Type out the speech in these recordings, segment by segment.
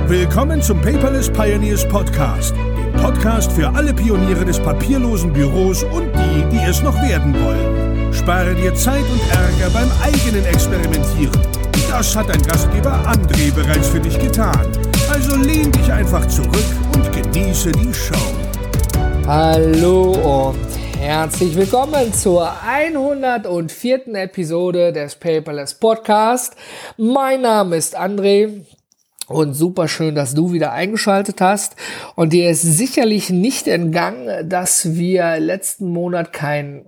Willkommen zum Paperless Pioneers Podcast, dem Podcast für alle Pioniere des papierlosen Büros und die es noch werden wollen. Spare dir Zeit und Ärger beim eigenen Experimentieren. Das hat dein Gastgeber André bereits für dich getan. Also lehn dich einfach zurück und genieße die Show. Hallo und herzlich willkommen zur 104. Episode des Paperless Podcast. Mein Name ist André. Und super schön, dass du wieder eingeschaltet hast. Und dir ist sicherlich nicht entgangen, dass wir letzten Monat kein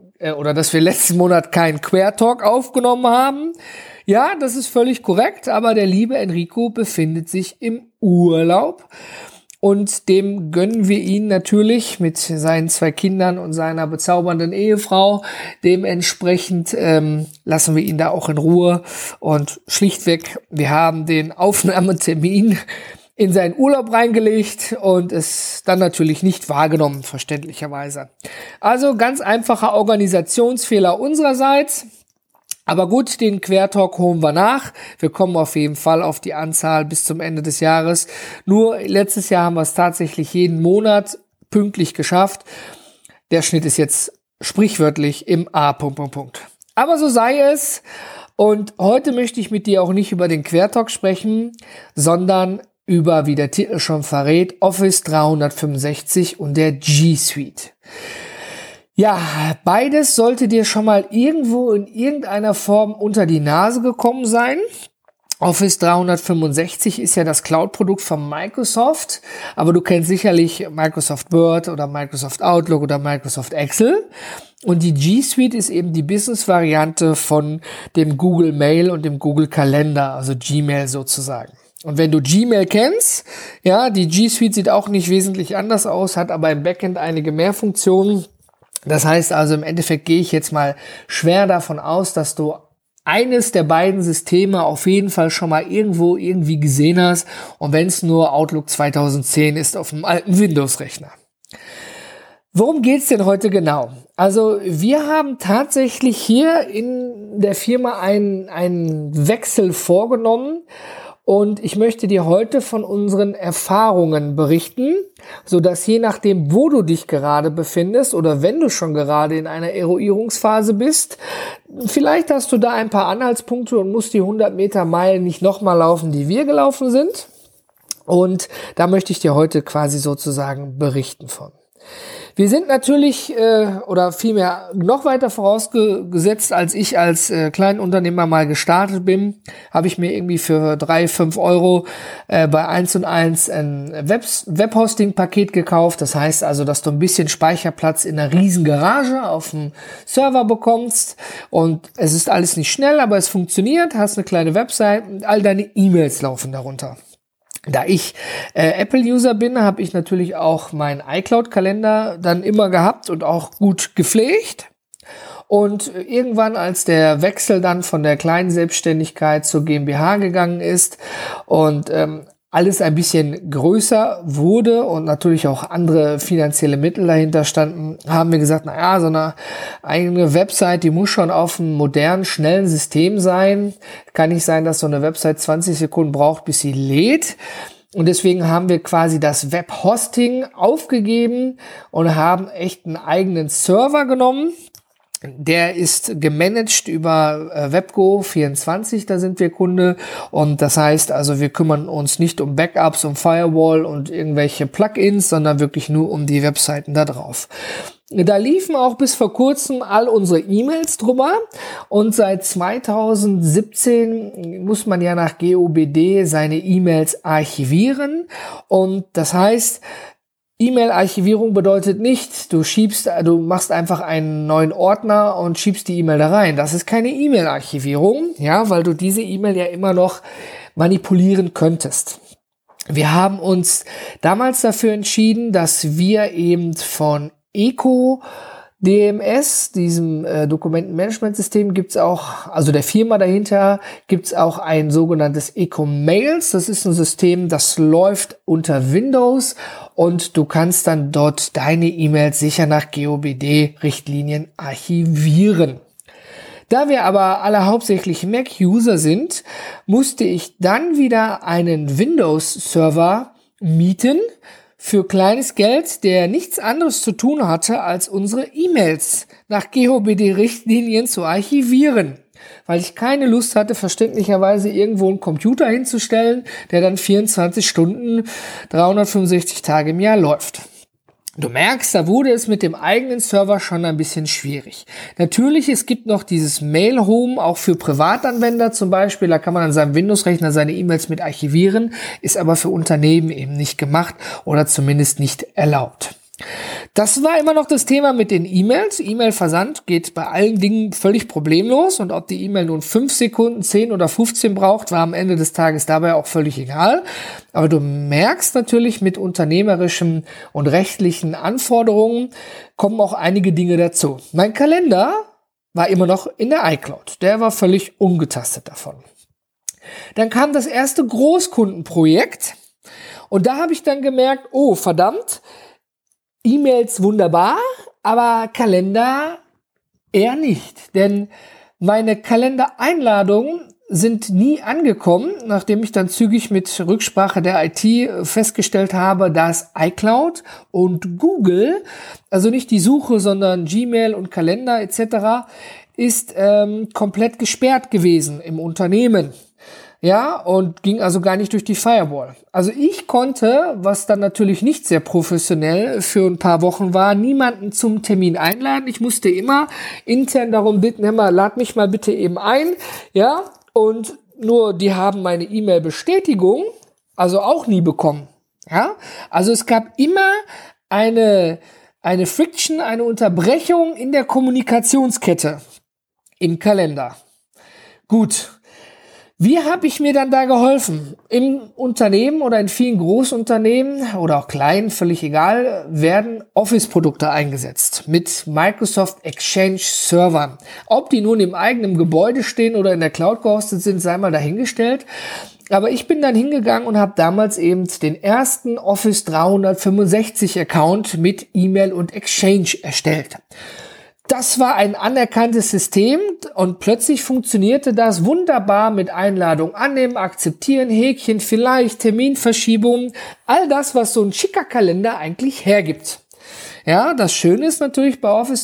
Quertalk aufgenommen haben. Ja, das ist völlig korrekt, aber der liebe Enrico befindet sich im Urlaub. Und dem gönnen wir ihn natürlich mit seinen 2 Kindern und seiner bezaubernden Ehefrau. Dementsprechend lassen wir ihn da auch in Ruhe. Und schlichtweg, wir haben den Aufnahmetermin in seinen Urlaub reingelegt und es dann natürlich nicht wahrgenommen, verständlicherweise. Also ganz einfacher Organisationsfehler unsererseits. Aber gut, den Quertalk holen wir nach. Wir kommen auf jeden Fall auf die Anzahl bis zum Ende des Jahres. Nur letztes Jahr haben wir es tatsächlich jeden Monat pünktlich geschafft. Der Schnitt ist jetzt sprichwörtlich im A. Aber so sei es. Und heute möchte ich mit dir auch nicht über den Quertalk sprechen, sondern über, wie der Titel schon verrät, Office 365 und der G Suite. Ja, beides sollte dir schon mal irgendwo in irgendeiner Form unter die Nase gekommen sein. Office 365 ist ja das Cloud-Produkt von Microsoft, aber du kennst sicherlich Microsoft Word oder Microsoft Outlook oder Microsoft Excel. Und die G Suite ist eben die Business-Variante von dem Google Mail und dem Google Kalender, also Gmail sozusagen. Und wenn du Gmail kennst, ja, die G Suite sieht auch nicht wesentlich anders aus, hat aber im Backend einige mehr Funktionen. Das heißt also, im Endeffekt gehe ich jetzt mal schwer davon aus, dass du eines der beiden Systeme auf jeden Fall schon mal irgendwo irgendwie gesehen hast. Und wenn es nur Outlook 2010 ist auf einem alten Windows-Rechner. Worum geht's denn heute genau? Also wir haben tatsächlich hier in der Firma einen Wechsel vorgenommen. Und ich möchte dir heute von unseren Erfahrungen berichten, so dass je nachdem, wo du dich gerade befindest oder wenn du schon gerade in einer Eruierungsphase bist, vielleicht hast du da ein paar Anhaltspunkte und musst die 100 Meter Meilen nicht nochmal laufen, die wir gelaufen sind. Und da möchte ich dir heute quasi sozusagen berichten von. Wir sind natürlich, oder vielmehr noch weiter vorausgesetzt, als ich als Kleinunternehmer mal gestartet bin, habe ich mir irgendwie für 3-5 Euro bei 1&1 ein Webhosting-Paket gekauft. Das heißt also, dass du ein bisschen Speicherplatz in einer riesen Garage auf dem Server bekommst. Und es ist alles nicht schnell, aber es funktioniert. Hast eine kleine Website und all deine E-Mails laufen darunter. Da ich Apple-User bin, habe ich natürlich auch meinen iCloud-Kalender dann immer gehabt und auch gut gepflegt. Und irgendwann, als der Wechsel dann von der kleinen Selbstständigkeit zur GmbH gegangen ist und alles ein bisschen größer wurde und natürlich auch andere finanzielle Mittel dahinter standen, haben wir gesagt, naja, so eine eigene Website, die muss schon auf einem modernen, schnellen System sein. Kann nicht sein, dass so eine Website 20 Sekunden braucht, bis sie lädt. Und deswegen haben wir quasi das Webhosting aufgegeben und haben echt einen eigenen Server genommen. Der ist gemanagt über WebGo24, da sind wir Kunde. Und das heißt also, wir kümmern uns nicht um Backups, um Firewall und irgendwelche Plugins, sondern wirklich nur um die Webseiten da drauf. Da liefen auch bis vor kurzem all unsere E-Mails drüber. Und seit 2017 muss man ja nach GOBD seine E-Mails archivieren. Und das heißt, E-Mail-Archivierung bedeutet nicht, du machst einfach einen neuen Ordner und schiebst die E-Mail da rein. Das ist keine E-Mail-Archivierung, ja, weil du diese E-Mail ja immer noch manipulieren könntest. Wir haben uns damals dafür entschieden, dass wir eben von EcoDMS, diesem Dokumentenmanagementsystem, gibt's auch, also der Firma dahinter, gibt's auch ein sogenanntes EcoMails. Das ist ein System, das läuft unter Windows und du kannst dann dort deine E-Mails sicher nach GOBD-Richtlinien archivieren. Da wir aber alle hauptsächlich Mac-User sind, musste ich dann wieder einen Windows-Server mieten für kleines Geld, der nichts anderes zu tun hatte, als unsere E-Mails nach GOBD-Richtlinien zu archivieren, weil ich keine Lust hatte, verständlicherweise irgendwo einen Computer hinzustellen, der dann 24 Stunden, 365 Tage im Jahr läuft. Du merkst, da wurde es mit dem eigenen Server schon ein bisschen schwierig. Natürlich, es gibt noch dieses Mail Home, auch für Privatanwender zum Beispiel. Da kann man an seinem Windows-Rechner seine E-Mails mit archivieren, ist aber für Unternehmen eben nicht gemacht oder zumindest nicht erlaubt. Das war immer noch das Thema mit den E-Mails. E-Mail-Versand geht bei allen Dingen völlig problemlos und ob die E-Mail nun 5 Sekunden, 10 oder 15 braucht, war am Ende des Tages dabei auch völlig egal. Aber du merkst natürlich, mit unternehmerischen und rechtlichen Anforderungen kommen auch einige Dinge dazu. Mein Kalender war immer noch in der iCloud. Der war völlig ungetastet davon. Dann kam das erste Großkundenprojekt und da habe ich dann gemerkt, oh verdammt, E-Mails wunderbar, aber Kalender eher nicht. Denn meine Kalendereinladungen sind nie angekommen, nachdem ich dann zügig mit Rücksprache der IT festgestellt habe, dass iCloud und Google, also nicht die Suche, sondern Gmail und Kalender etc., ist komplett gesperrt gewesen im Unternehmen. Ja, und ging also gar nicht durch die Firewall. Also ich konnte, was dann natürlich nicht sehr professionell für ein paar Wochen war, niemanden zum Termin einladen. Ich musste immer intern darum bitten, hör mal, lad mich mal bitte eben ein, ja, und nur die haben meine E-Mail-Bestätigung also auch nie bekommen, ja. Also es gab immer eine Friction, eine Unterbrechung in der Kommunikationskette im Kalender. Gut. Wie habe ich mir dann da geholfen? Im Unternehmen oder in vielen Großunternehmen oder auch kleinen, völlig egal, werden Office-Produkte eingesetzt mit Microsoft Exchange Servern. Ob die nun im eigenen Gebäude stehen oder in der Cloud gehostet sind, sei mal dahingestellt. Aber ich bin dann hingegangen und habe damals eben den ersten Office 365 Account mit E-Mail und Exchange erstellt. Das war ein anerkanntes System und plötzlich funktionierte das wunderbar mit Einladung annehmen, akzeptieren, Häkchen vielleicht, Terminverschiebungen, all das, was so ein schicker Kalender eigentlich hergibt. Ja, das Schöne ist natürlich bei Office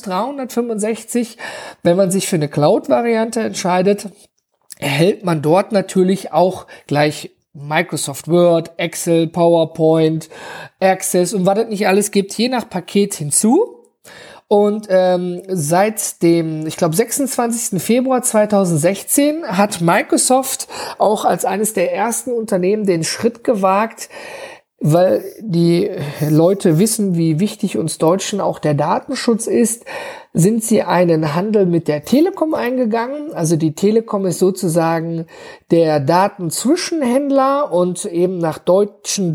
365, wenn man sich für eine Cloud-Variante entscheidet, erhält man dort natürlich auch gleich Microsoft Word, Excel, PowerPoint, Access und was es nicht alles gibt, je nach Paket hinzu. Und seit dem, ich glaube, 26. Februar 2016 hat Microsoft auch als eines der ersten Unternehmen den Schritt gewagt, weil die Leute wissen, wie wichtig uns Deutschen auch der Datenschutz ist, sind sie einen Handel mit der Telekom eingegangen. Also die Telekom ist sozusagen der Datenzwischenhändler und eben nach deutschem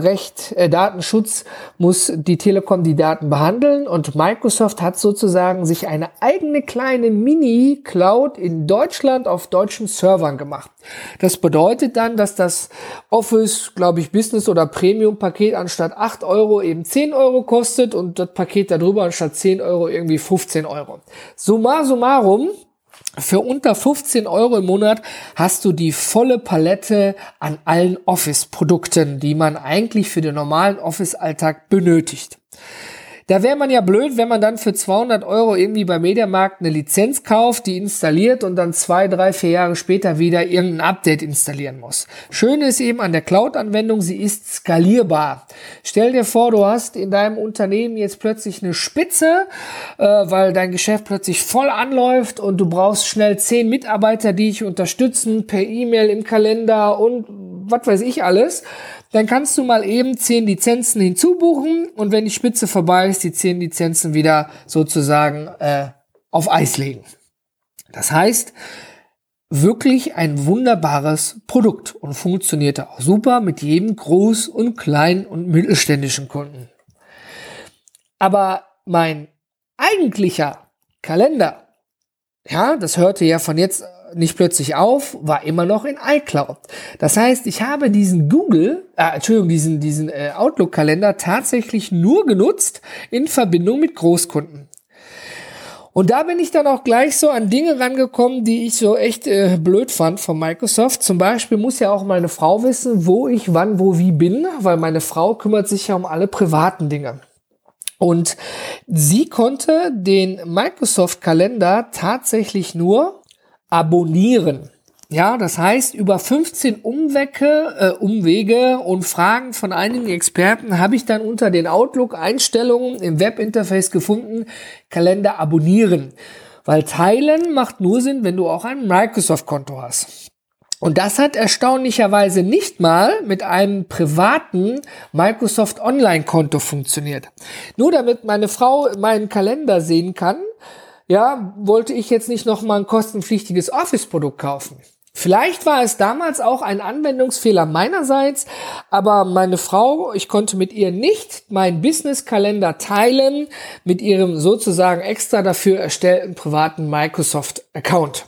Datenschutz muss die Telekom die Daten behandeln und Microsoft hat sozusagen sich eine eigene kleine Mini-Cloud in Deutschland auf deutschen Servern gemacht. Das bedeutet dann, dass das Office, glaube ich, Business oder Premium-Paket anstatt 8 Euro eben 10 Euro kostet und das Paket darüber anstatt 10 Euro irgendwie 15 Euro. Summa summarum, für unter 15 Euro im Monat hast du die volle Palette an allen Office-Produkten, die man eigentlich für den normalen Office-Alltag benötigt. Da wäre man ja blöd, wenn man dann für 200 Euro irgendwie bei Mediamarkt eine Lizenz kauft, die installiert und dann 2, 3, 4 Jahre später wieder irgendein Update installieren muss. Schön ist eben an der Cloud-Anwendung, sie ist skalierbar. Stell dir vor, du hast in deinem Unternehmen jetzt plötzlich eine Spitze, weil dein Geschäft plötzlich voll anläuft und du brauchst schnell 10 Mitarbeiter, die dich unterstützen, per E-Mail, im Kalender und was weiß ich alles. Dann kannst du mal eben 10 Lizenzen hinzubuchen und wenn die Spitze vorbei ist, die 10 Lizenzen wieder sozusagen auf Eis legen. Das heißt, wirklich ein wunderbares Produkt und funktionierte auch super mit jedem Groß- und Klein- und mittelständischen Kunden. Aber mein eigentlicher Kalender, ja, das hörte ja von jetzt nicht plötzlich auf, war immer noch in iCloud. Das heißt, ich habe diesen diesen Outlook-Kalender tatsächlich nur genutzt in Verbindung mit Großkunden. Und da bin ich dann auch gleich so an Dinge rangekommen, die ich so echt blöd fand von Microsoft. Zum Beispiel muss ja auch meine Frau wissen, wo ich wann, wo, wie bin, weil meine Frau kümmert sich ja um alle privaten Dinge. Und sie konnte den Microsoft-Kalender tatsächlich nur abonnieren. Ja, das heißt, über 15 Umwege und Fragen von einigen Experten habe ich dann unter den Outlook-Einstellungen im Webinterface gefunden, Kalender abonnieren. Weil teilen macht nur Sinn, wenn du auch ein Microsoft-Konto hast. Und das hat erstaunlicherweise nicht mal mit einem privaten Microsoft Online-Konto funktioniert. Nur damit meine Frau meinen Kalender sehen kann, ja, wollte ich jetzt nicht nochmal ein kostenpflichtiges Office-Produkt kaufen. Vielleicht war es damals auch ein Anwendungsfehler meinerseits, aber meine Frau, ich konnte mit ihr nicht meinen Business-Kalender teilen mit ihrem sozusagen extra dafür erstellten privaten Microsoft-Account.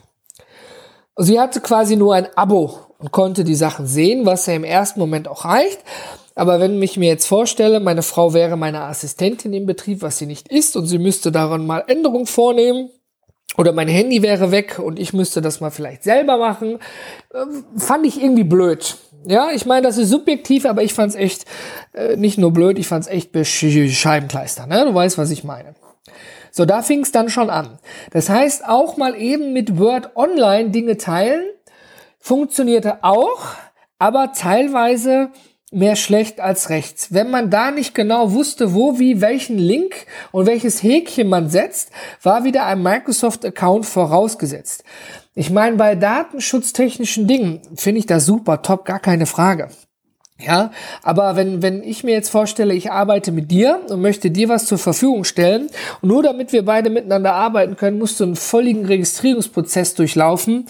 Sie hatte quasi nur ein Abo und konnte die Sachen sehen, was ja im ersten Moment auch reicht. Aber wenn ich mir jetzt vorstelle, meine Frau wäre meine Assistentin im Betrieb, was sie nicht ist, und sie müsste daran mal Änderungen vornehmen, oder mein Handy wäre weg und ich müsste das mal vielleicht selber machen, fand ich irgendwie blöd. Ja, ich meine, das ist subjektiv, aber ich fand es echt nicht nur blöd, ich fand es echt Scheibenkleister. Ne? Du weißt, was ich meine. So, da fing es dann schon an. Das heißt, auch mal eben mit Word Online Dinge teilen, funktionierte auch, aber teilweise mehr schlecht als rechts. Wenn man da nicht genau wusste, wo, wie, welchen Link und welches Häkchen man setzt, war wieder ein Microsoft-Account vorausgesetzt. Ich meine, bei datenschutztechnischen Dingen finde ich das super, top, gar keine Frage. Ja, aber wenn ich mir jetzt vorstelle, ich arbeite mit dir und möchte dir was zur Verfügung stellen und nur damit wir beide miteinander arbeiten können, musst du einen völligen Registrierungsprozess durchlaufen.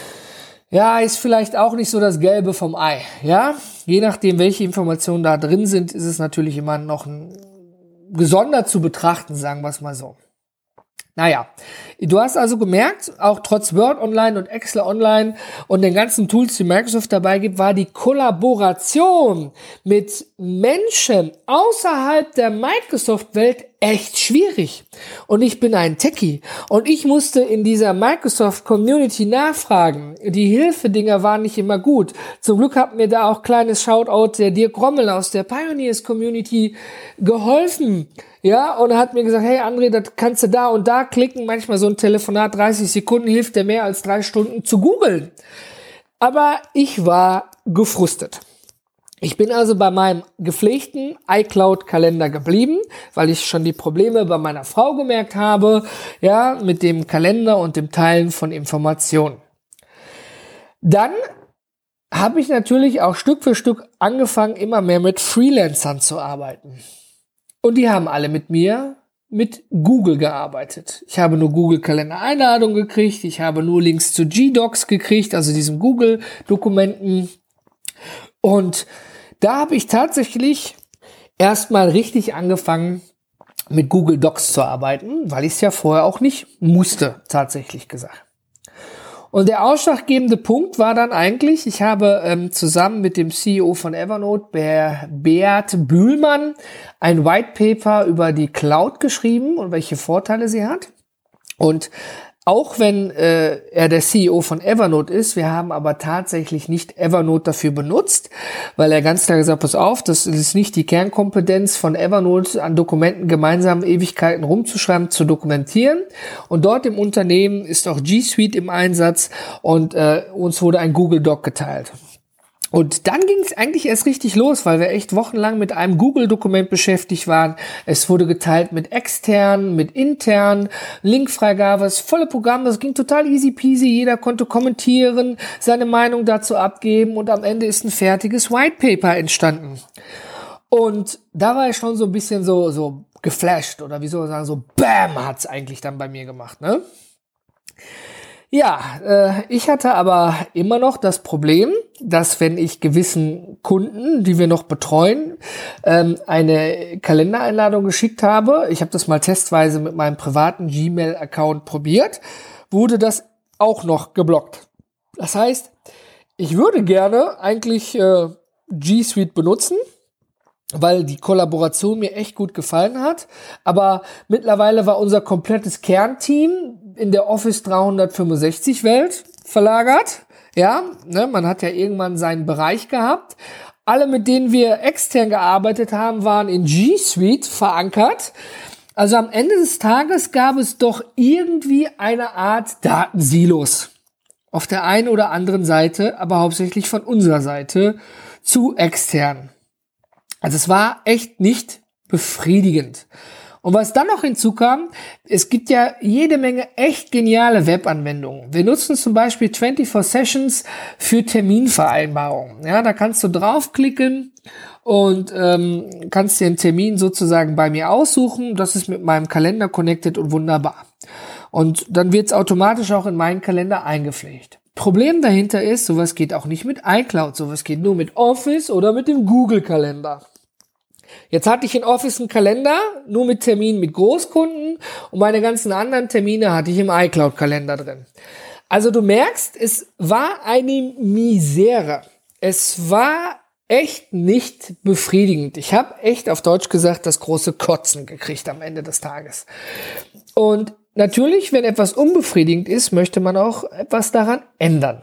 Ja, ist vielleicht auch nicht so das Gelbe vom Ei, ja. Je nachdem, welche Informationen da drin sind, ist es natürlich immer noch gesondert zu betrachten, sagen wir es mal so. Naja, du hast also gemerkt, auch trotz Word Online und Excel Online und den ganzen Tools, die Microsoft dabei gibt, war die Kollaboration mit Menschen außerhalb der Microsoft-Welt echt schwierig. Und ich bin ein Techie und ich musste in dieser Microsoft-Community nachfragen. Die Hilfedinger waren nicht immer gut. Zum Glück hat mir da auch kleines Shoutout der Dirk Rommel aus der Pioneers-Community geholfen. Ja, und er hat mir gesagt, hey André, das kannst du da und da klicken. Manchmal so ein Telefonat, 30 Sekunden, hilft dir mehr als 3 Stunden zu googeln. Aber ich war gefrustet. Ich bin also bei meinem gepflegten iCloud-Kalender geblieben, weil ich schon die Probleme bei meiner Frau gemerkt habe, ja, mit dem Kalender und dem Teilen von Informationen. Dann habe ich natürlich auch Stück für Stück angefangen, immer mehr mit Freelancern zu arbeiten. Und die haben alle mit mir mit Google gearbeitet. Ich habe nur Google-Kalender-Einladungen gekriegt, ich habe nur Links zu G-Docs gekriegt, also diesen Google-Dokumenten. Und da habe ich tatsächlich erstmal richtig angefangen, mit Google Docs zu arbeiten, weil ich es ja vorher auch nicht musste, tatsächlich gesagt. Und der ausschlaggebende Punkt war dann eigentlich, ich habe zusammen mit dem CEO von Evernote, Beat Bühlmann, ein White Paper über die Cloud geschrieben und welche Vorteile sie hat. Und auch wenn er der CEO von Evernote ist, wir haben aber tatsächlich nicht Evernote dafür benutzt, weil er ganz klar gesagt, pass auf, das ist nicht die Kernkompetenz von Evernote, an Dokumenten gemeinsam Ewigkeiten rumzuschreiben, zu dokumentieren. Und dort im Unternehmen ist auch G Suite im Einsatz und uns wurde ein Google Doc geteilt. Und dann ging es eigentlich erst richtig los, weil wir echt wochenlang mit einem Google-Dokument beschäftigt waren. Es wurde geteilt mit externen, mit internen, Linkfreigabe, das volle Programm, das ging total easy peasy. Jeder konnte kommentieren, seine Meinung dazu abgeben und am Ende ist ein fertiges White Paper entstanden. Und da war ich schon so ein bisschen so geflasht oder wie soll man sagen, so BAM hat's eigentlich dann bei mir gemacht, ne? Ja, ich hatte aber immer noch das Problem, dass wenn ich gewissen Kunden, die wir noch betreuen, eine Kalendereinladung geschickt habe, ich habe das mal testweise mit meinem privaten Gmail-Account probiert, wurde das auch noch geblockt. Das heißt, ich würde gerne eigentlich G Suite benutzen, weil die Kollaboration mir echt gut gefallen hat. Aber mittlerweile war unser komplettes Kernteam in der Office 365 Welt verlagert. Ja, ne, man hat ja irgendwann seinen Bereich gehabt. Alle, mit denen wir extern gearbeitet haben, waren in G Suite verankert. Also am Ende des Tages gab es doch irgendwie eine Art Datensilos. Auf der einen oder anderen Seite, aber hauptsächlich von unserer Seite zu extern. Also es war echt nicht befriedigend. Und was dann noch hinzukam, es gibt ja jede Menge echt geniale Webanwendungen. Wir nutzen zum Beispiel 24 Sessions für Terminvereinbarungen. Ja, da kannst du draufklicken und kannst dir einen Termin sozusagen bei mir aussuchen. Das ist mit meinem Kalender connected und wunderbar. Und dann wird es automatisch auch in meinen Kalender eingepflegt. Problem dahinter ist, sowas geht auch nicht mit iCloud, sowas geht nur mit Office oder mit dem Google-Kalender. Jetzt hatte ich in Office einen Kalender, nur mit Terminen mit Großkunden und meine ganzen anderen Termine hatte ich im iCloud-Kalender drin. Also du merkst, es war eine Misere. Es war echt nicht befriedigend. Ich habe echt auf Deutsch gesagt das große Kotzen gekriegt am Ende des Tages. Und natürlich, wenn etwas unbefriedigend ist, möchte man auch etwas daran ändern.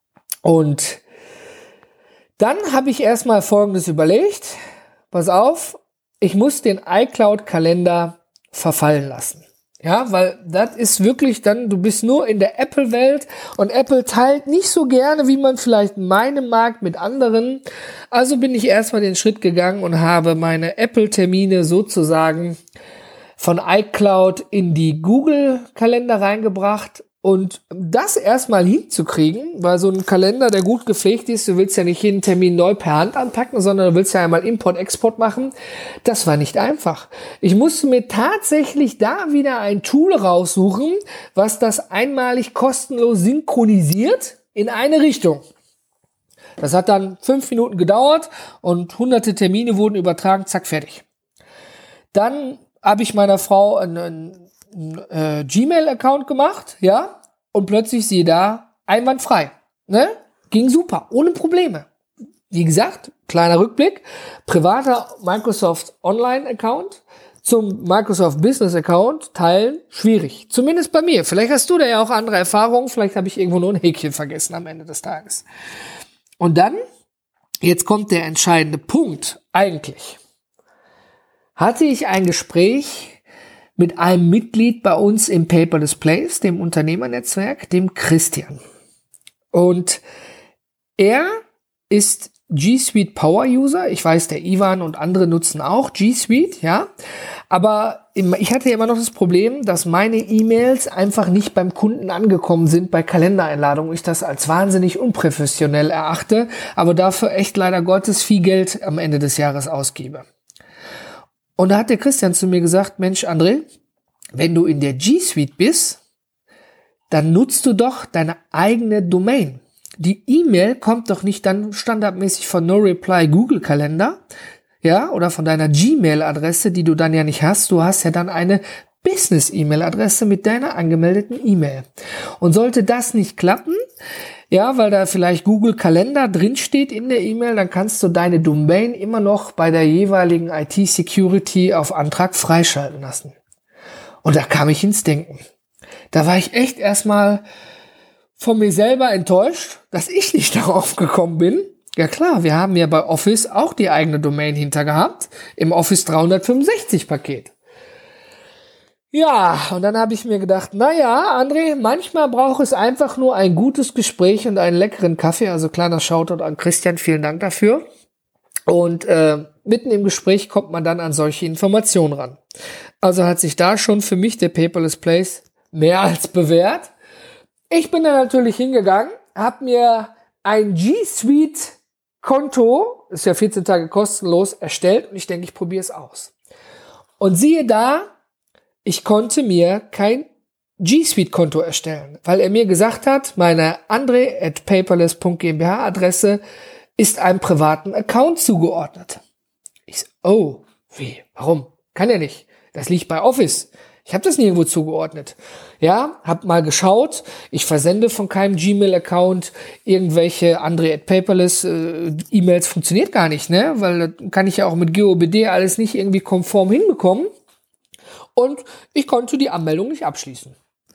Und dann habe ich erstmal Folgendes überlegt. Pass auf, ich muss den iCloud-Kalender verfallen lassen. Ja, weil das ist wirklich dann, du bist nur in der Apple-Welt und Apple teilt nicht so gerne, wie man vielleicht meinen mag, mit anderen. Also bin ich erstmal den Schritt gegangen und habe meine Apple-Termine sozusagen von iCloud in die Google-Kalender reingebracht. Und das erstmal hinzukriegen, weil so ein Kalender, der gut gepflegt ist, du willst ja nicht jeden Termin neu per Hand anpacken, sondern du willst ja einmal Import-Export machen, das war nicht einfach. Ich musste mir tatsächlich da wieder ein Tool raussuchen, was das einmalig kostenlos synchronisiert in eine Richtung. Das hat dann 5 Minuten gedauert und hunderte Termine wurden übertragen, zack, fertig. Dann habe ich meiner Frau einen Gmail-Account gemacht, ja, und plötzlich siehe da, einwandfrei, ne? Ging super, ohne Probleme. Wie gesagt, kleiner Rückblick, privater Microsoft Online-Account zum Microsoft Business-Account teilen, schwierig. Zumindest bei mir. Vielleicht hast du da ja auch andere Erfahrungen, vielleicht habe ich irgendwo nur ein Häkchen vergessen am Ende des Tages. Und dann, jetzt kommt der entscheidende Punkt, eigentlich. Hatte ich ein Gespräch mit einem Mitglied bei uns im Paperless Place, dem Unternehmernetzwerk, dem Christian. Und er ist G Suite Power User. Ich weiß, der Ivan und andere nutzen auch G Suite, ja. Aber ich hatte immer noch das Problem, dass meine E-Mails einfach nicht beim Kunden angekommen sind bei Kalendereinladungen. Ich das als wahnsinnig unprofessionell erachte, aber dafür echt leider Gottes viel Geld am Ende des Jahres ausgebe. Und da hat der Christian zu mir gesagt, Mensch, André, wenn du in der G Suite bist, dann nutzt du doch deine eigene Domain. Die E-Mail kommt doch nicht dann standardmäßig von No Reply Google Kalender, ja, oder von deiner Gmail-Adresse, die du dann ja nicht hast. Du hast ja dann eine Business-E-Mail-Adresse mit deiner angemeldeten E-Mail. Und sollte das nicht klappen, ja, weil da vielleicht Google Kalender drinsteht in der E-Mail, dann kannst du deine Domain immer noch bei der jeweiligen IT-Security auf Antrag freischalten lassen. Und da kam ich ins Denken. Da war ich echt erstmal von mir selber enttäuscht, dass ich nicht darauf gekommen bin. Ja klar, wir haben ja bei Office auch die eigene Domain hinter gehabt, im Office 365 Paket. Ja, und dann habe ich mir gedacht, naja, André, manchmal braucht es einfach nur ein gutes Gespräch und einen leckeren Kaffee. Also kleiner Shoutout an Christian, vielen Dank dafür. Und mitten im Gespräch kommt man dann an solche Informationen ran. Also hat sich da schon für mich der Paperless Place mehr als bewährt. Ich bin dann natürlich hingegangen, habe mir ein G Suite Konto, ist ja 14 Tage kostenlos, erstellt und ich denke, ich probiere es aus. Und siehe da, ich konnte mir kein G Suite Konto erstellen, weil er mir gesagt hat, meine andre@paperless.gmbh Adresse ist einem privaten Account zugeordnet. Ich so, oh, wie, warum? Kann ja nicht. Das liegt bei Office. Ich habe das nirgendwo zugeordnet. Ja, hab mal geschaut. Ich versende von keinem Gmail-Account irgendwelche Andre@paperless E-Mails. Funktioniert gar nicht, ne? Weil das kann ich ja auch mit GOBD alles nicht irgendwie konform hinbekommen. Und ich konnte die Anmeldung nicht abschließen.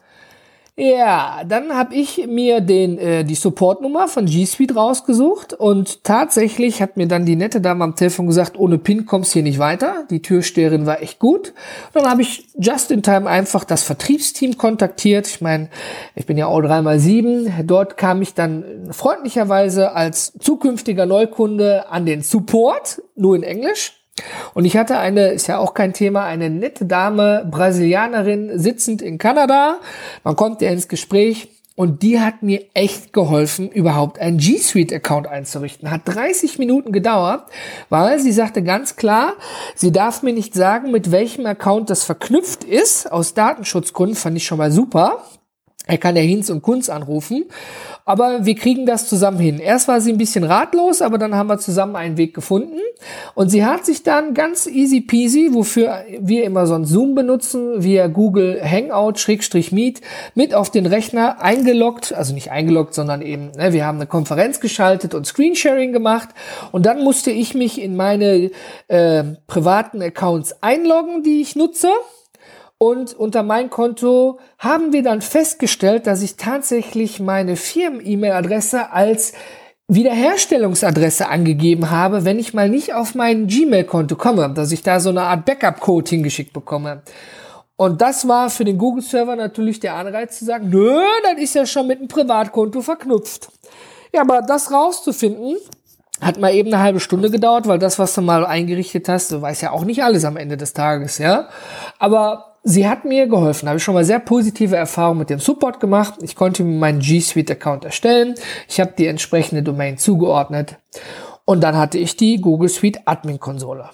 Ja, dann habe ich mir die Supportnummer von G Suite rausgesucht und tatsächlich hat mir dann die nette Dame am Telefon gesagt, ohne PIN kommst hier nicht weiter. Die Türsteherin war echt gut. Und dann habe ich just in time einfach das Vertriebsteam kontaktiert. Ich meine, ich bin ja auch 3x7. Dort kam ich dann freundlicherweise als zukünftiger Neukunde an den Support, nur in Englisch. Und ich hatte ist ja auch kein Thema, eine nette Dame, Brasilianerin, sitzend in Kanada. Man kommt ja ins Gespräch und die hat mir echt geholfen, überhaupt einen G Suite-Account einzurichten. Hat 30 Minuten gedauert, weil sie sagte ganz klar, sie darf mir nicht sagen, mit welchem Account das verknüpft ist. Aus Datenschutzgründen fand ich schon mal super. Er kann ja Hinz und Kunz anrufen, aber wir kriegen das zusammen hin. Erst war sie ein bisschen ratlos, aber dann haben wir zusammen einen Weg gefunden und sie hat sich dann ganz easy peasy, wofür wir immer so ein Zoom benutzen, via Google Hangout/Meet mit auf den Rechner eingeloggt, also nicht eingeloggt, sondern eben, wir haben eine Konferenz geschaltet und Screensharing gemacht und dann musste ich mich in meine privaten Accounts einloggen, die ich nutze. Und unter mein Konto haben wir dann festgestellt, dass ich tatsächlich meine Firmen-E-Mail-Adresse als Wiederherstellungsadresse angegeben habe, wenn ich mal nicht auf mein Gmail-Konto komme, dass ich da so eine Art Backup-Code hingeschickt bekomme. Und das war für den Google-Server natürlich der Anreiz zu sagen, nö, das ist ja schon mit einem Privatkonto verknüpft. Ja, aber das rauszufinden, hat mal eben eine halbe Stunde gedauert, weil das, was du mal eingerichtet hast, du weißt ja auch nicht alles am Ende des Tages, ja. Aber sie hat mir geholfen. Habe ich schon mal sehr positive Erfahrungen mit dem Support gemacht. Ich konnte mir meinen G Suite-Account erstellen. Ich habe die entsprechende Domain zugeordnet. Und dann hatte ich die Google Suite Admin-Konsole.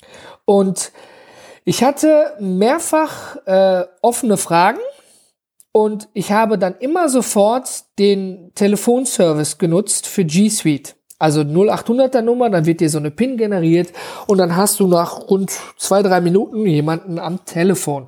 Und ich hatte mehrfach offene Fragen. Und ich habe dann immer sofort den Telefonservice genutzt für G Suite. Also 0800er Nummer, dann wird dir so eine PIN generiert und dann hast du nach rund 2-3 Minuten jemanden am Telefon.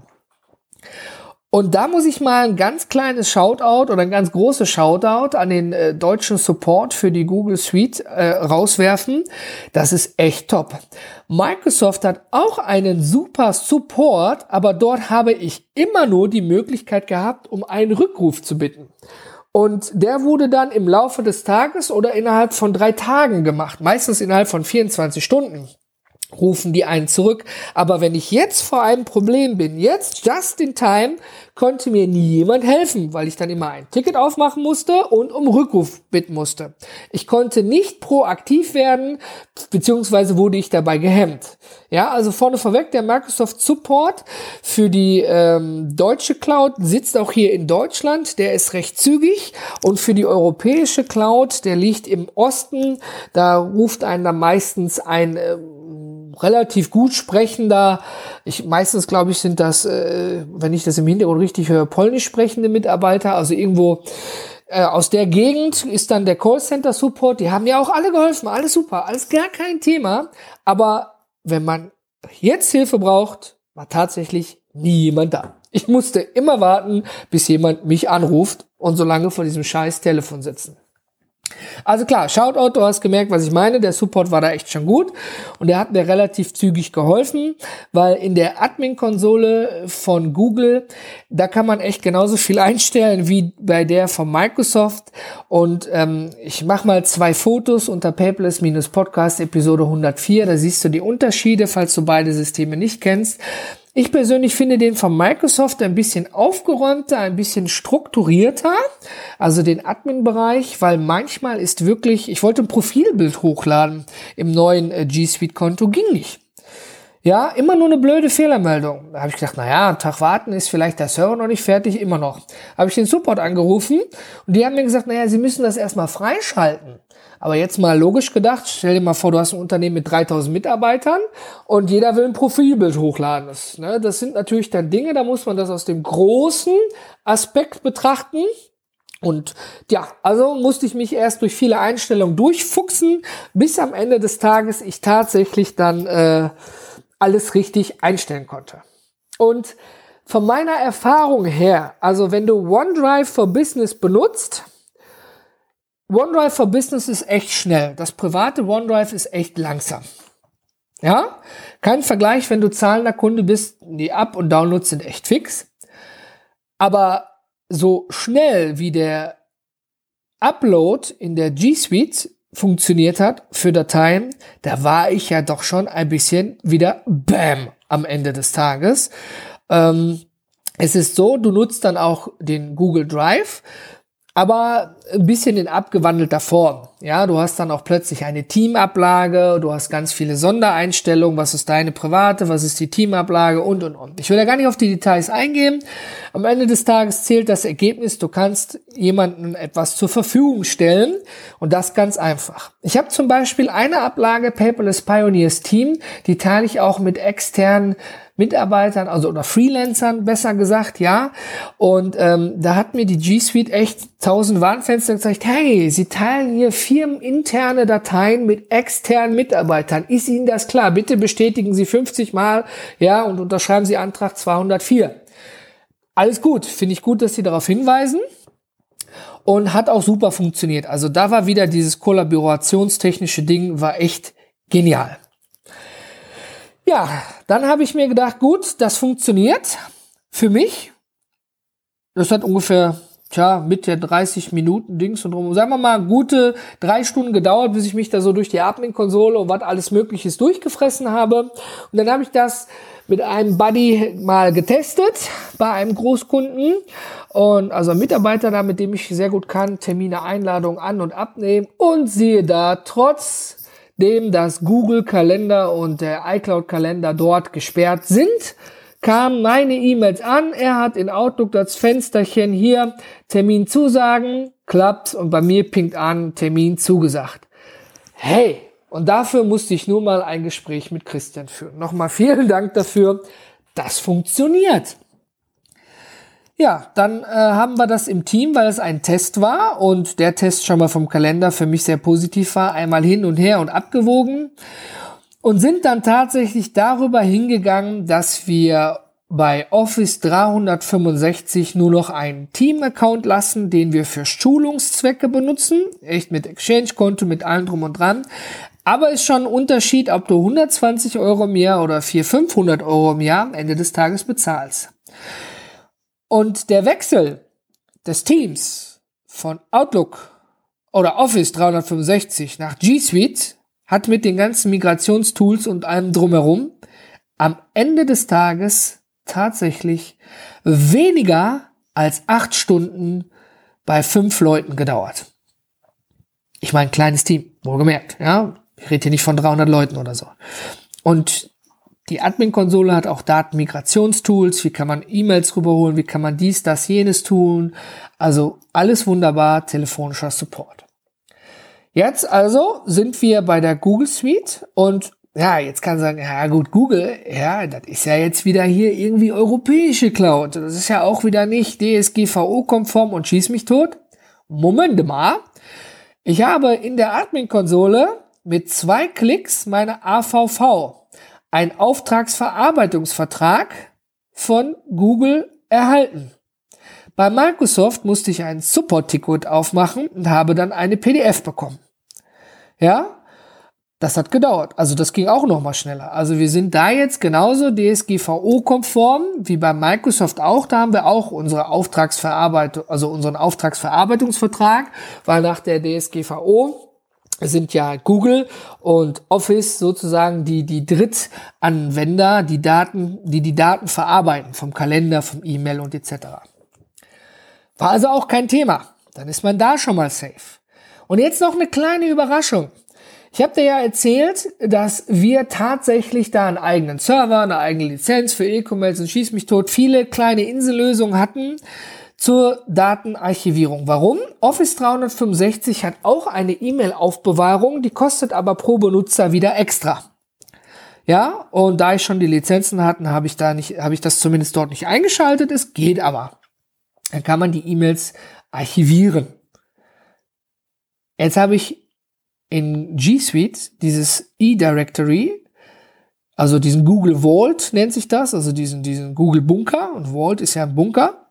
Und da muss ich mal ein ganz kleines Shoutout oder ein ganz großes Shoutout an den deutschen Support für die Google Suite rauswerfen. Das ist echt top. Microsoft hat auch einen super Support, aber dort habe ich immer nur die Möglichkeit gehabt, um einen Rückruf zu bitten. Und der wurde dann im Laufe des Tages oder innerhalb von 3 Tagen gemacht. Meistens innerhalb von 24 Stunden rufen die einen zurück. Aber wenn ich jetzt vor einem Problem bin, jetzt just in time, konnte mir nie jemand helfen, weil ich dann immer ein Ticket aufmachen musste und um Rückruf bitten musste. Ich konnte nicht proaktiv werden, beziehungsweise wurde ich dabei gehemmt. Ja, also vorweg, der Microsoft Support für die deutsche Cloud sitzt auch hier in Deutschland, der ist recht zügig und für die europäische Cloud, der liegt im Osten, da ruft einen dann meistens ein relativ gut sprechender, meistens glaube ich sind das, wenn ich das im Hintergrund richtig höre, polnisch sprechende Mitarbeiter, also irgendwo aus der Gegend ist dann der Callcenter Support, die haben ja auch alle geholfen, alles super, alles gar kein Thema, aber wenn man jetzt Hilfe braucht, war tatsächlich nie jemand da. Ich musste immer warten, bis jemand mich anruft und so lange vor diesem scheiß Telefon sitzen. Also klar, Shoutout, du hast gemerkt, was ich meine, der Support war da echt schon gut und der hat mir relativ zügig geholfen, weil in der Admin-Konsole von Google, da kann man echt genauso viel einstellen wie bei der von Microsoft und ich mache mal 2 Fotos unter Paperless-Podcast Episode 104, da siehst du die Unterschiede, falls du beide Systeme nicht kennst. Ich persönlich finde den von Microsoft ein bisschen aufgeräumter, ein bisschen strukturierter, also den Admin-Bereich, weil manchmal ist wirklich, ich wollte ein Profilbild hochladen im neuen G Suite-Konto, ging nicht. Ja, immer nur eine blöde Fehlermeldung. Da habe ich gedacht, naja, einen Tag warten ist vielleicht der Server noch nicht fertig, immer noch. Habe ich den Support angerufen und die haben mir gesagt, naja, sie müssen das erstmal freischalten. Aber jetzt mal logisch gedacht, stell dir mal vor, du hast ein Unternehmen mit 3000 Mitarbeitern und jeder will ein Profilbild hochladen. Das sind natürlich dann Dinge, da muss man das aus dem großen Aspekt betrachten. Und ja, also musste ich mich erst durch viele Einstellungen durchfuchsen, bis am Ende des Tages ich tatsächlich dann alles richtig einstellen konnte. Und von meiner Erfahrung her, also wenn du OneDrive for Business benutzt, OneDrive for Business ist echt schnell. Das private OneDrive ist echt langsam. Ja? Kein Vergleich, wenn du zahlender Kunde bist, die Up- und Downloads sind echt fix. Aber so schnell wie der Upload in der G Suite funktioniert hat für Dateien, da war ich ja doch schon ein bisschen wieder BAM am Ende des Tages. Es ist so, du nutzt dann auch den Google Drive, aber ein bisschen in abgewandelter Form. Ja, du hast dann auch plötzlich eine Teamablage, du hast ganz viele Sondereinstellungen, was ist deine private, was ist die Teamablage und. Ich will da gar nicht auf die Details eingehen. Am Ende des Tages zählt das Ergebnis, du kannst jemandem etwas zur Verfügung stellen und das ganz einfach. Ich habe zum Beispiel eine Ablage, Paperless Pioneers Team, die teile ich auch mit externen Mitarbeitern, also oder Freelancern, besser gesagt, ja. Und da hat mir die G Suite echt 1000 Warnfenster gezeigt, hey, Sie teilen hier firmeninterne Dateien mit externen Mitarbeitern. Ist Ihnen das klar? Bitte bestätigen Sie 50 Mal, ja, und unterschreiben Sie Antrag 204. Alles gut, finde ich gut, dass Sie darauf hinweisen. Und hat auch super funktioniert. Also da war wieder dieses kollaborationstechnische Ding, war echt genial. Ja, dann habe ich mir gedacht, gut, das funktioniert für mich. Das hat ungefähr, mit der 30 Minuten Dings und drum, sagen wir mal, gute 3 Stunden gedauert, bis ich mich da so durch die Admin-Konsole und was alles Mögliches durchgefressen habe. Und dann habe ich das mit einem Buddy mal getestet bei einem Großkunden und also ein Mitarbeiter da, mit dem ich sehr gut kann, Termine, Einladungen an- und abnehmen und siehe da, trotzdem dass Google-Kalender und der iCloud-Kalender dort gesperrt sind, kamen meine E-Mails an. Er hat in Outlook das Fensterchen hier, Termin zusagen, klappt und bei mir pinkt an, Termin zugesagt. Hey, und dafür musste ich nur mal ein Gespräch mit Christian führen. Nochmal vielen Dank dafür, das funktioniert. Ja, dann haben wir das im Team, weil es ein Test war und der Test schon mal vom Kalender für mich sehr positiv war, einmal hin und her und abgewogen und sind dann tatsächlich darüber hingegangen, dass wir bei Office 365 nur noch einen Team-Account lassen, den wir für Schulungszwecke benutzen, echt mit Exchange-Konto, mit allem drum und dran. Aber ist schon ein Unterschied, ob du 120 € im Jahr oder 400-500 € im Jahr am Ende des Tages bezahlst. Und der Wechsel des Teams von Outlook oder Office 365 nach G Suite hat mit den ganzen Migrationstools und allem drumherum am Ende des Tages tatsächlich weniger als 8 Stunden bei 5 Leuten gedauert. Ich meine, kleines Team, wohlgemerkt, ja. Ich rede hier nicht von 300 Leuten oder so. Und die Admin-Konsole hat auch Datenmigrationstools, wie kann man E-Mails rüberholen, wie kann man dies, das, jenes tun. Also alles wunderbar, telefonischer Support. Jetzt also sind wir bei der Google Suite und ja, jetzt kann man sagen, ja gut, Google, ja, das ist ja jetzt wieder hier irgendwie europäische Cloud. Das ist ja auch wieder nicht DSGVO-konform und schieß mich tot. Moment mal. Ich habe in der Admin-Konsole mit 2 Klicks meine AVV, ein Auftragsverarbeitungsvertrag von Google erhalten. Bei Microsoft musste ich ein Support-Ticket aufmachen und habe dann eine PDF bekommen. Ja, das hat gedauert. Also das ging auch noch mal schneller. Also wir sind da jetzt genauso DSGVO-konform wie bei Microsoft auch. Da haben wir auch unsere Auftragsverarbeitung, also unseren Auftragsverarbeitungsvertrag, weil nach der DSGVO sind ja Google und Office sozusagen die Drittanwender, die Daten verarbeiten vom Kalender, vom E-Mail und etc. War also auch kein Thema. Dann ist man da schon mal safe. Und jetzt noch eine kleine Überraschung. Ich habe dir ja erzählt, dass wir tatsächlich da einen eigenen Server, eine eigene Lizenz für E-Commerce und schieß mich tot, viele kleine Insellösungen hatten zur Datenarchivierung. Warum? Office 365 hat auch eine E-Mail-Aufbewahrung, die kostet aber pro Benutzer wieder extra. Ja, und da ich schon die Lizenzen hatte, habe ich das zumindest dort nicht eingeschaltet. Es geht aber. Dann kann man die E-Mails archivieren. Jetzt habe ich in G Suite dieses E-Directory also diesen Google Vault nennt sich das, also diesen Google Bunker, und Vault ist ja ein Bunker,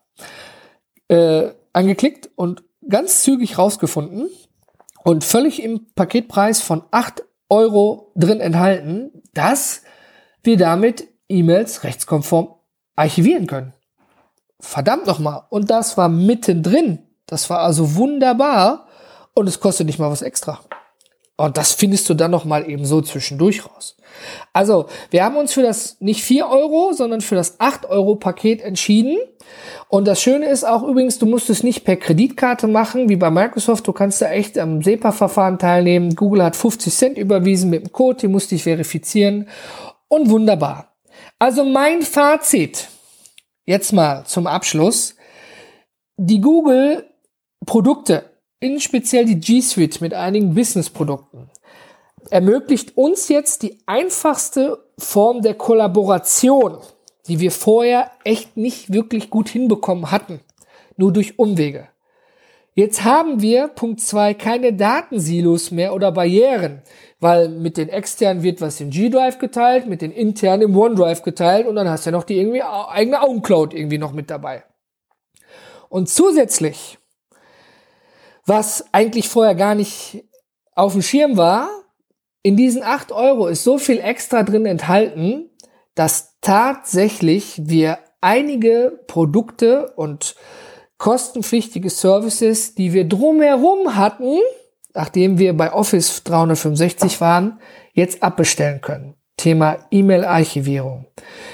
angeklickt und ganz zügig rausgefunden und völlig im Paketpreis von 8 € drin enthalten, dass wir damit E-Mails rechtskonform archivieren können. Verdammt nochmal. Und das war mittendrin. Das war also wunderbar und es kostet nicht mal was extra. Und das findest du dann nochmal eben so zwischendurch raus. Also, wir haben uns für das nicht 4 €, sondern für das 8 € Paket entschieden. Und das Schöne ist auch übrigens, du musst es nicht per Kreditkarte machen, wie bei Microsoft. Du kannst da echt am SEPA-Verfahren teilnehmen. Google hat 50 Cent überwiesen mit dem Code, die musst dich verifizieren. Und wunderbar. Also mein Fazit, jetzt mal zum Abschluss. Die Google-Produkte, speziell die G Suite mit einigen Business-Produkten, ermöglicht uns jetzt die einfachste Form der Kollaboration, die wir vorher echt nicht wirklich gut hinbekommen hatten, nur durch Umwege. Jetzt haben wir, Punkt 2, keine Datensilos mehr oder Barrieren, weil mit den externen wird was im G-Drive geteilt, mit den internen im OneDrive geteilt und dann hast du ja noch die irgendwie eigene OwnCloud irgendwie noch mit dabei. Und zusätzlich, was eigentlich vorher gar nicht auf dem Schirm war, in diesen 8 € ist so viel extra drin enthalten, dass tatsächlich wir einige Produkte und kostenpflichtige Services, die wir drumherum hatten, nachdem wir bei Office 365 waren, jetzt abbestellen können. Thema E-Mail-Archivierung,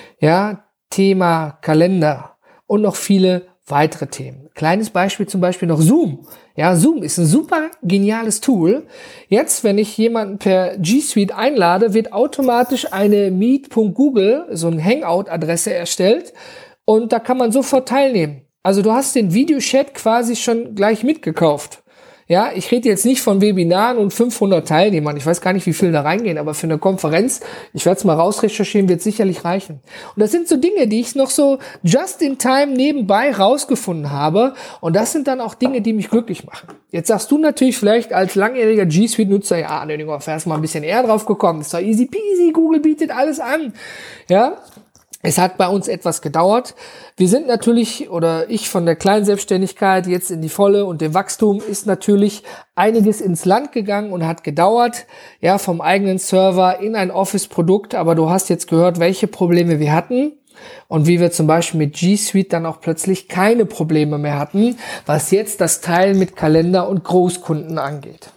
ja, Thema Kalender und noch viele weitere Themen. Kleines Beispiel zum Beispiel noch Zoom. Ja, Zoom ist ein super geniales Tool. Jetzt, wenn ich jemanden per G Suite einlade, wird automatisch eine meet.google, so eine Hangout-Adresse erstellt und da kann man sofort teilnehmen. Also du hast den Videochat quasi schon gleich mitgekauft. Ja, ich rede jetzt nicht von Webinaren und 500 Teilnehmern. Ich weiß gar nicht, wie viel da reingehen, aber für eine Konferenz, ich werde es mal rausrecherchieren, wird sicherlich reichen. Und das sind so Dinge, die ich noch so just in time nebenbei rausgefunden habe. Und das sind dann auch Dinge, die mich glücklich machen. Jetzt sagst du natürlich vielleicht als langjähriger G Suite-Nutzer, ja, Nöninger, erst mal ein bisschen eher drauf gekommen. Ist doch easy peasy, Google bietet alles an. Ja. Es hat bei uns etwas gedauert. Wir sind natürlich, oder ich von der kleinen Selbstständigkeit jetzt in die volle und dem Wachstum ist natürlich einiges ins Land gegangen und hat gedauert, ja, vom eigenen Server in ein Office-Produkt. Aber du hast jetzt gehört, welche Probleme wir hatten und wie wir zum Beispiel mit G Suite dann auch plötzlich keine Probleme mehr hatten, was jetzt das Teilen mit Kalender und Großkunden angeht.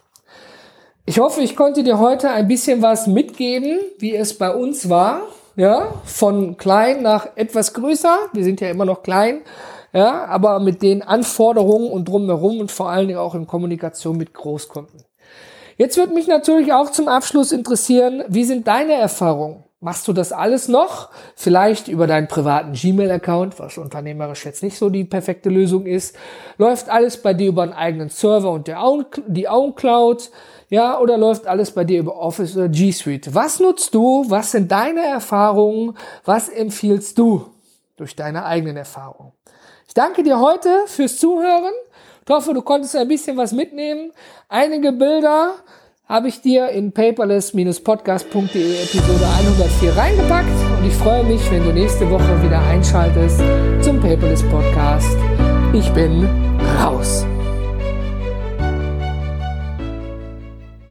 Ich hoffe, ich konnte dir heute ein bisschen was mitgeben, wie es bei uns war. Ja, von klein nach etwas größer. Wir sind ja immer noch klein, ja, aber mit den Anforderungen und drumherum und vor allen Dingen auch in Kommunikation mit Großkunden. Jetzt würde mich natürlich auch zum Abschluss interessieren, wie sind deine Erfahrungen? Machst du das alles noch? Vielleicht über deinen privaten Gmail-Account, was unternehmerisch jetzt nicht so die perfekte Lösung ist. Läuft alles bei dir über einen eigenen Server und die OwnCloud? Ja, oder läuft alles bei dir über Office oder G Suite? Was nutzt du? Was sind deine Erfahrungen? Was empfiehlst du durch deine eigenen Erfahrungen? Ich danke dir heute fürs Zuhören. Ich hoffe, du konntest ein bisschen was mitnehmen. Einige Bilder habe ich dir in paperless-podcast.de Episode 104 reingepackt. Und ich freue mich, wenn du nächste Woche wieder einschaltest zum Paperless Podcast. Ich bin raus.